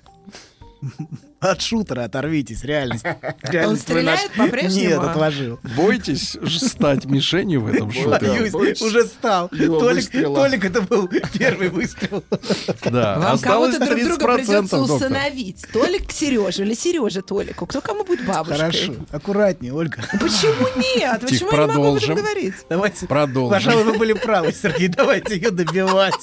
От шутера оторвитесь, реальность. Реальность вы стреляет наш- по-прежнему? Нет, отложил. Бойтесь ж стать мишенью в этом шоу. Да, Боюсь, боюсь. уже стал. Его Толик, выстрела. Толик, это был первый выстрел. Да, Вам осталось кого-то друг тридцать друга придется процентов, доктор. усыновить. Толик к Сереже или Сережа Толику. Кто кому будет бабушкой? Хорошо, аккуратнее, Ольга. Почему нет? Тихо, Почему я не могу об этом продолжим. говорить? Давайте. Продолжим. Пожалуй, вы были правы, Сергей. Давайте ее добивать.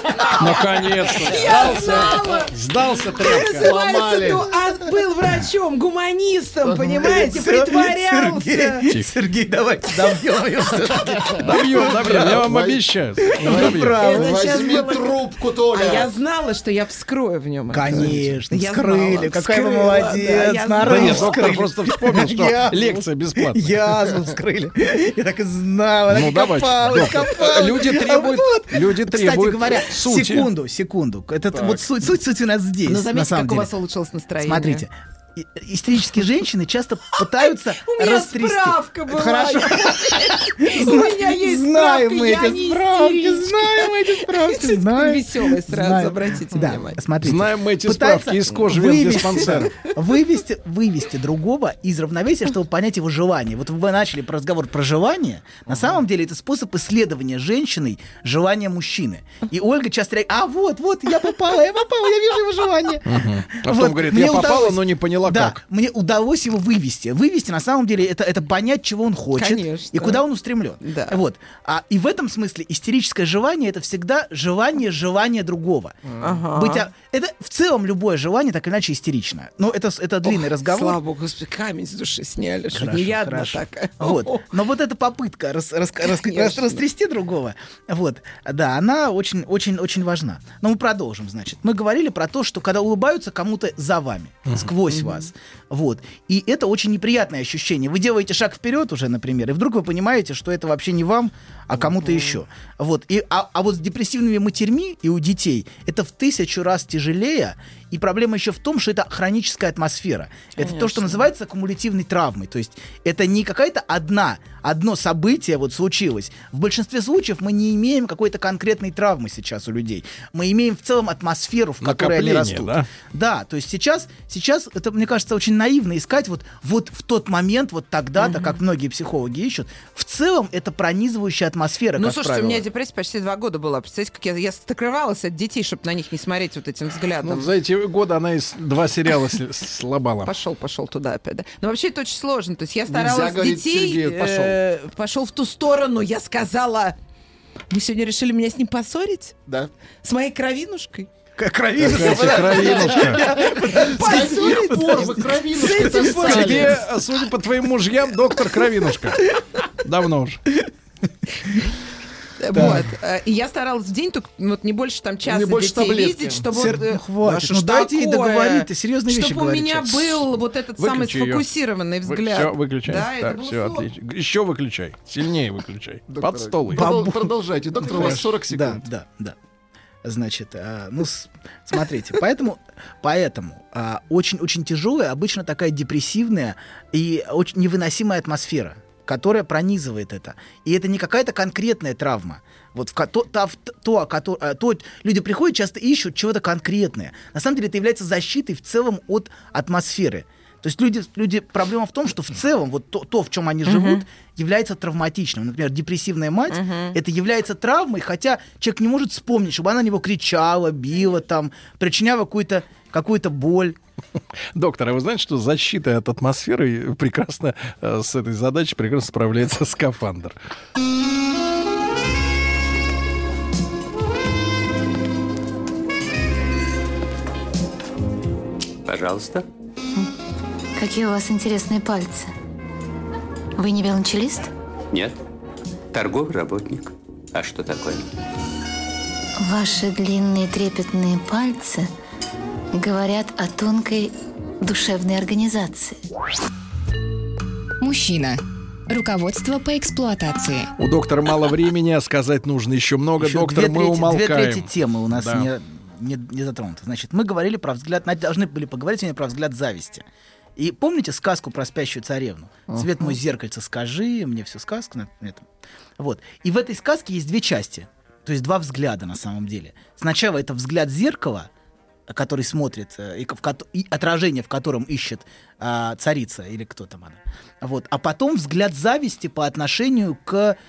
Наконец-то. Я Сдался. знала! Сдался Это тряпка. называется, ну, а был врачом, гуманистом, понимаете, притворялся. Сергей, Сергей, давайте добьем ее все-таки. Добьем, добьем, я вам Вы- обещаю. Вы Добьем. правы. Это щас Возьми было- трубку, А Толя. я знала, что я вскрою в нем. это. Конечно, Я вскрыли. знала, Какая вы вскрыла, молодец. да, я Да народ нет, доктор вскрыли. просто вспомнил, что Язву. лекция бесплатная. Язву вскрыли. Я так и знала. Ну так давайте, копалась, доктор. копалась. Люди А требуют, вот. люди Кстати требуют говоря, сути. секунду, секунду. Это Так. вот суть, суть, суть у нас здесь. Ну, на заметьте, самом как у деле. вас улучшилось настроение. Смотрите, и- истерические женщины часто пытаются У меня растрясти. справка была. Хорошо. У меня есть Знаем справка, мы я эти не справки, истеричка. знаем эти справки, знаем. Веселый сразу, Знаем. обратите Да, внимание. смотрите. Знаем мы эти Пытается справки из кожи вывести, диспансеров. вывести, вывести другого из равновесия, чтобы понять его желание. Вот вы начали про разговор про желание. На самом деле это способ исследования женщиной желания мужчины. И Ольга часто реагирует: а вот, вот, я попала, я попала, я вижу его желание. А потом Вот, говорит, мне я попала, удалось- но не поняла Да, как. мне удалось его вывести. Вывести, на самом деле, это, это понять, чего он хочет Конечно. и куда он устремлен. Да. Вот. А, и в этом смысле истерическое желание — это всегда желание желания другого. Ага. Быть, а- это в целом любое желание так или иначе истерично. Но это, с- это длинный Ох, разговор. Слава богу, Господи, камень с души сняли, что Хорошо, не я одна хорошо. такая. Вот. Но вот эта попытка рас- рас- рас- Конечно. рас- растрясти другого, вот, да, она очень, очень, очень важна. Но мы продолжим, значит. Мы говорили про то, что когда улыбаются кому-то за вами, сквозь вас, вот. И это очень неприятное ощущение. Вы делаете шаг вперед уже, например, и вдруг вы понимаете, что это вообще не вам, а кому-то еще. Вот. И, а, а вот с депрессивными матерьми и у детей это в тысячу раз тяжелее. И проблема еще в том, что это хроническая атмосфера. Это то, что называется кумулятивной травмой. То есть это не какая-то одна, одно событие вот случилось. В большинстве случаев мы не имеем какой-то конкретной травмы сейчас у людей. Мы имеем в целом атмосферу, в которой они Накопление, растут. да? Да, то есть сейчас, сейчас это, мне кажется, очень наивно искать вот, вот в тот момент, вот тогда-то, как многие психологи ищут. В целом это пронизывающая атмосфера, Ну, как слушайте, правило. у меня депрессия почти два года была. Представляете, как я, я стыкрывалась от детей, чтобы на них не смотреть вот этим взглядом. Ну, за эти годы она из два сериала с- слабала. Пошел, пошел туда опять, да. Но вообще это очень сложно. То есть я старалась говорить детей... Сергею, пошел. э, пошел в ту сторону. Я сказала... Вы сегодня решили меня с ним поссорить? Да. С моей кровинушкой? Как кровинушка. Какая тебе кровинушка. Поссорить? Пор вы С кровинушкой этим таскали. Тебе, судя по твоим мужьям, доктор Кровинушка. Давно уже. Вот. Э, И я старалась в день только вот не больше там часа Не больше детей таблетки. видеть, чтобы... Сер- вот, э, ну, хватит. а что Ну, ж дайте ей такое? договорить, ты серьезные вещи Чтобы у говорите. меня был вот этот самый Выключи её. сфокусированный взгляд. Все, выключай. Да, это Так, было все, сложно. отлично. Еще выключай. Сильнее выключай. Доктор, Под стол. их. продол- Продолжайте. Доктор, у вас сорок Да, секунд. да, да. Значит, а, ну, с- смотрите, поэтому, поэтому а, очень-очень тяжелая, обычно такая депрессивная и очень невыносимая атмосфера. которая пронизывает это. И это не какая-то конкретная травма. Вот в, то, то, то, то, то люди приходят, часто ищут чего-то конкретное. На самом деле это является защитой в целом от атмосферы. То есть люди, люди, проблема в том, что в целом вот то, то в чем они живут, uh-huh. является травматичным. Например, депрессивная мать, uh-huh. это является травмой, хотя человек не может вспомнить, чтобы она на него кричала, била, там, причиняла какую-то, какую-то боль. Доктор, а вы знаете, что защитой от атмосферы прекрасно э, с этой задачей прекрасно справляется скафандр? Пожалуйста. Какие у вас интересные пальцы. Вы не велончелист? Нет. Торговый работник. А что такое? Ваши длинные трепетные пальцы говорят о тонкой душевной организации. Мужчина. Руководство по эксплуатации. У доктора мало времени, а сказать нужно еще много. Еще Доктор, две мы трети, умолкаем. Две трети темы у нас да. не, не, не затронуты. Значит, мы говорили про взгляд, должны были поговорить сегодня про взгляд зависти. И помните сказку про спящую царевну? «Цвет мой зеркальце, скажи, мне всю сказку». Вот. И в этой сказке есть две части. То есть два взгляда на самом деле. Сначала это взгляд зеркала, который смотрит, и, в, и отражение, в котором ищет а, царица или кто там она. Вот. А потом взгляд зависти по отношению к,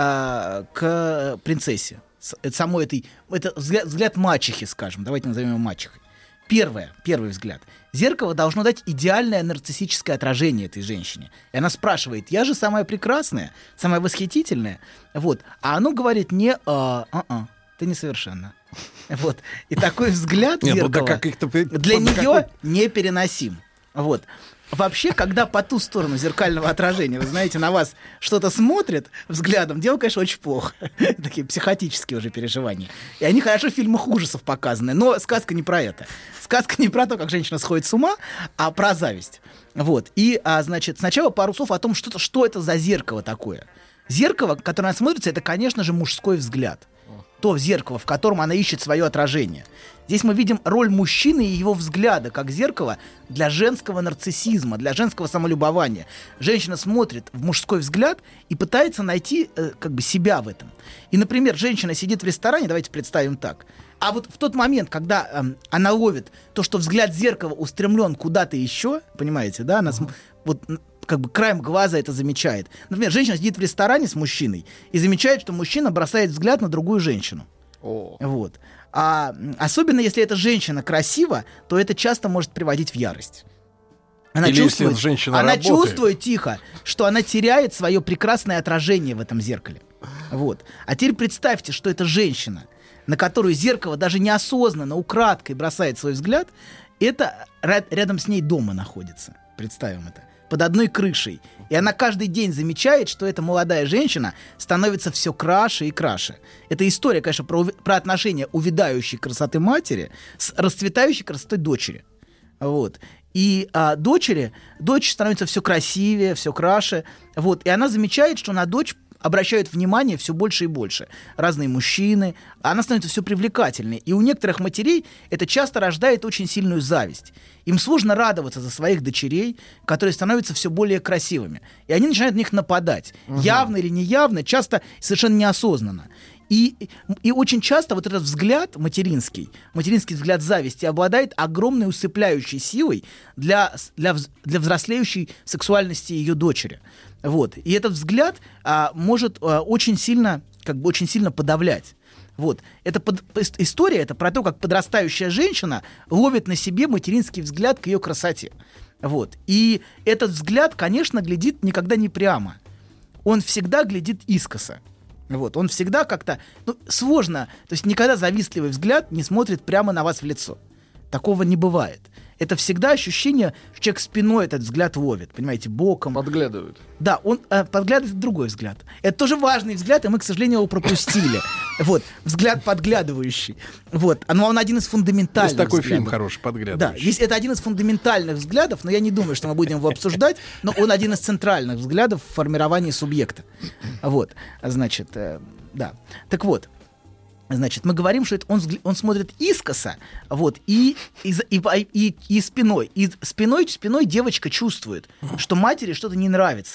а, к принцессе. Это, самой этой, это взгляд, взгляд мачехи, скажем. Давайте назовем его мачехой. Первое, первый взгляд. Зеркало должно дать идеальное нарциссическое отражение этой женщине. И она спрашивает: я же самая прекрасная, самая восхитительная. Вот. А оно говорит: не, а, а, а, ты несовершенна. Вот. И такой взгляд зеркала для нее непереносим. Вот. Вообще, когда по ту сторону зеркального отражения, вы знаете, на вас что-то смотрит взглядом, дело, конечно, очень плохо. Такие психотические уже переживания. И они хорошо в фильмах ужасов показаны. Но сказка не про это. Сказка не про то, как женщина сходит с ума, а про зависть. Вот. И, а, значит, сначала пару слов о том, что, что это за зеркало такое. Зеркало, которое она смотрится, это, конечно же, мужской взгляд. То зеркало, в котором она ищет свое отражение. Здесь мы видим роль мужчины и его взгляда как зеркало для женского нарциссизма, для женского самолюбования. Женщина смотрит в мужской взгляд и пытается найти э, как бы себя в этом. И, например, женщина сидит в ресторане, давайте представим так. А вот в тот момент, когда э, она ловит то, что взгляд зеркала устремлен куда-то еще, понимаете, да, она см- вот как бы краем глаза это замечает. Например, женщина сидит в ресторане с мужчиной и замечает, что мужчина бросает взгляд на другую женщину. О. Вот. А особенно если эта женщина красива, то это часто может приводить в ярость. Она, Или чувствует, если женщина она работает. чувствует тихо, что она теряет свое прекрасное отражение в этом зеркале. Вот. А теперь представьте, что это женщина, на которую зеркало даже неосознанно, украдкой бросает свой взгляд, это рядом с ней дома находится. Представим это. Под одной крышей. И она каждый день замечает, что эта молодая женщина становится все краше и краше. Это история, конечно, про, про отношения увядающей красоты матери с расцветающей красотой дочери. Вот. И а, дочери, дочь становится все красивее, все краше. Вот. И она замечает, что на дочь обращают внимание все больше и больше. Разные мужчины. Она становится все привлекательнее. И у некоторых матерей это часто рождает очень сильную зависть. Им сложно радоваться за своих дочерей, которые становятся все более красивыми. И они начинают на них нападать. Угу. Явно или неявно, часто совершенно неосознанно. И, и очень часто вот этот взгляд материнский, материнский взгляд зависти обладает огромной усыпляющей силой для, для, для взрослеющей сексуальности ее дочери. Вот. И этот взгляд а, может а, очень сильно, как бы очень сильно подавлять. Вот. Это под, история это про то, как подрастающая женщина ловит на себе материнский взгляд к ее красоте. Вот. И этот взгляд, конечно, глядит никогда не прямо. Он всегда глядит искоса. Вот. Он всегда как-то... Ну, сложно. То есть никогда завистливый взгляд не смотрит прямо на вас в лицо. Такого не бывает. Это всегда ощущение, что человек спиной этот взгляд ловит, понимаете, боком. Подглядывает. Да, он э, подглядывает в другой взгляд. Это тоже важный взгляд, и мы, к сожалению, его пропустили. Вот, взгляд подглядывающий. Вот, но он один из фундаментальных взглядов. Есть такой взглядов. фильм хороший, подглядывающий. Да, есть, это один из фундаментальных взглядов, но я не думаю, что мы будем его обсуждать, но он один из центральных взглядов в формировании субъекта. Вот, значит, э, да. Так вот. Значит, мы говорим, что это он, он смотрит искоса, вот, и, и, и, и, и спиной. И спиной, спиной девочка чувствует, что матери что-то не нравится.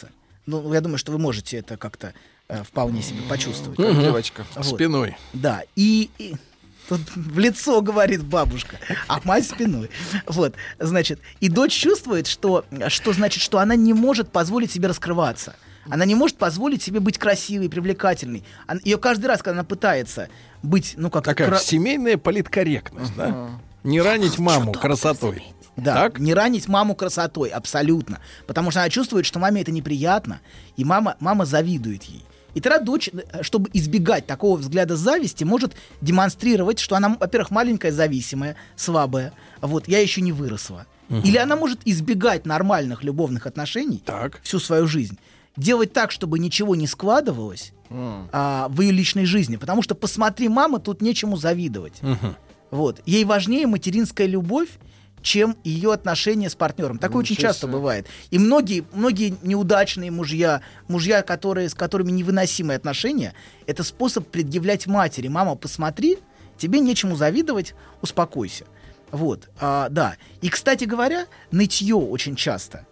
Ну, я думаю, что вы можете это как-то э, вполне себе почувствовать. Как девочка. Вот. Спиной. Да, и, и тут в лицо говорит бабушка, а мать спиной. Вот, значит, и дочь чувствует, что, что значит, что она не может позволить себе раскрываться. Она не может позволить себе быть красивой, привлекательной. Она, ее каждый раз, когда она пытается быть, ну как Такая кра- семейная политкорректность, да? Не ранить маму красотой. Да, Так? не ранить маму красотой, абсолютно. Потому что она чувствует, что маме это неприятно, и мама, мама завидует ей. И тогда дочь, чтобы избегать такого взгляда зависти, может демонстрировать, что она, во-первых, маленькая, зависимая, слабая. Вот, я еще не выросла. Угу. Или она может избегать нормальных любовных отношений Так. всю свою жизнь. Делать так, чтобы ничего не складывалось mm. а, в ее личной жизни. Потому что, посмотри, мама, тут нечему завидовать. Uh-huh. Вот. Ей важнее материнская любовь, чем ее отношения с партнером. Такое очень часто бывает. И многие, многие неудачные мужья, мужья, которые, с которыми невыносимые отношения, это способ предъявлять матери. Мама, посмотри, тебе нечему завидовать, успокойся. Вот. А, да. И, кстати говоря, нытье очень часто.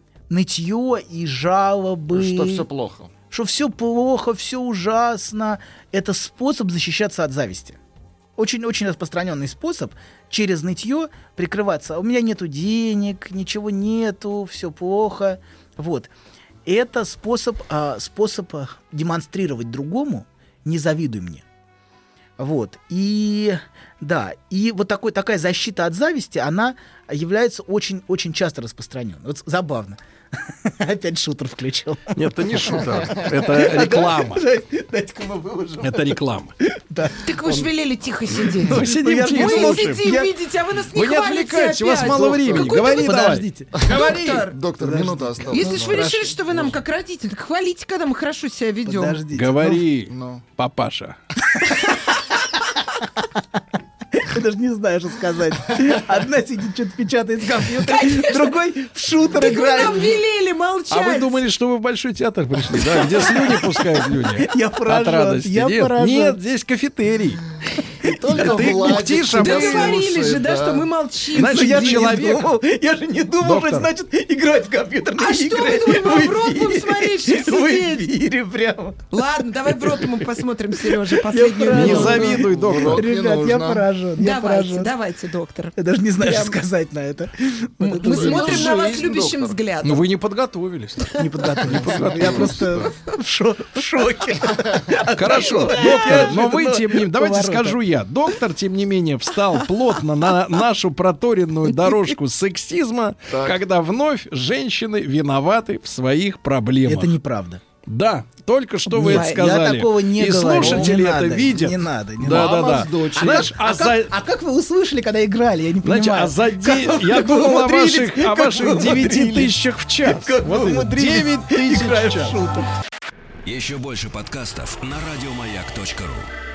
Нытье и жалобы. Что все плохо. Что все плохо, все ужасно. Это способ защищаться от зависти. Очень-очень распространенный способ через нытье прикрываться. У меня нету денег, ничего нету, все плохо. Вот. Это способ, а, способ демонстрировать другому: не завидуй мне. Вот. И да, и вот такой, такая защита от зависти, она является очень-очень часто распространенной. Вот забавно. Опять шутер включил. Нет, это не шутер, это реклама. Дайте-ка мы выложим. Это реклама. Да. Так вы же велели тихо сидеть. Мы сидим тихо, Мы слушаем. сидим, Я- видите, а вы нас не Вы не хвалите отвлекайтесь, у вас опять. мало времени. Какой-то Говори вы- давай. Подождите. Говори. Доктор, Доктор, Подожди. минута осталась. если Ну, ж вы хорошо. решили, что вы нам как родитель, так хвалите, когда мы хорошо себя ведем. Подождите. Говори, Ну. папаша. Я даже не знаю, что сказать. Одна сидит, что-то печатает с компьютера, другой в шутер Так вы играет. нам велели молчать. А вы думали, что вы в Большой театр пришли, да? Где слюни пускают люди? Я От поражен, радости. я Нет, поражен. нет, здесь кафетерий. Только Ты Владик бухтишь, тебя а Да мы- говорили же, слушает, да, что мы молчим. Значит, Ну, я я же человек. не думал, я же не думал, Доктор. что значит играть в компьютерные А что игры. вы думали, мы в рот будем эфире. смотреть, что В сидеть? эфире прямо. Ладно, давай в рот мы посмотрим, Сережа, последнюю правильно. Не минуту. завидуй, доктор. Урок не Ребят, я нужно. поражен, я Давайте, поражен. давайте, доктор. Я даже не знаю, что Прям. сказать на это. Мы, Вот это мы жизнь. смотрим на вас жизнь, любящим доктор. взглядом. Ну вы не подготовились. Не подготовился. Я просто в шо- в шоке. Хорошо, доктор, но вы, Неожиданного тем не менее, давайте поворота. скажу я. Доктор, тем не менее, встал плотно на нашу проторенную дорожку сексизма, Так. когда вновь женщины виноваты в своих проблемах. Это неправда. Да, только что вы Нет, это сказали. Я такого не И говорю. слушатели Не это надо, видят. Не надо, не Да, надо. да, Мама да. с дочерью. Знаешь, а А за... как, а как вы услышали, когда играли? Я не понимаю. Знаете, а за де- Как вы- я как вы думал о умудрились? ваших, о Как ваших вы девяти умудрились? тысячах в час. Как Вот вы это, умудрились, девять тысяч играя в в час. шутер. Еще больше подкастов на радиомаяк точка ру.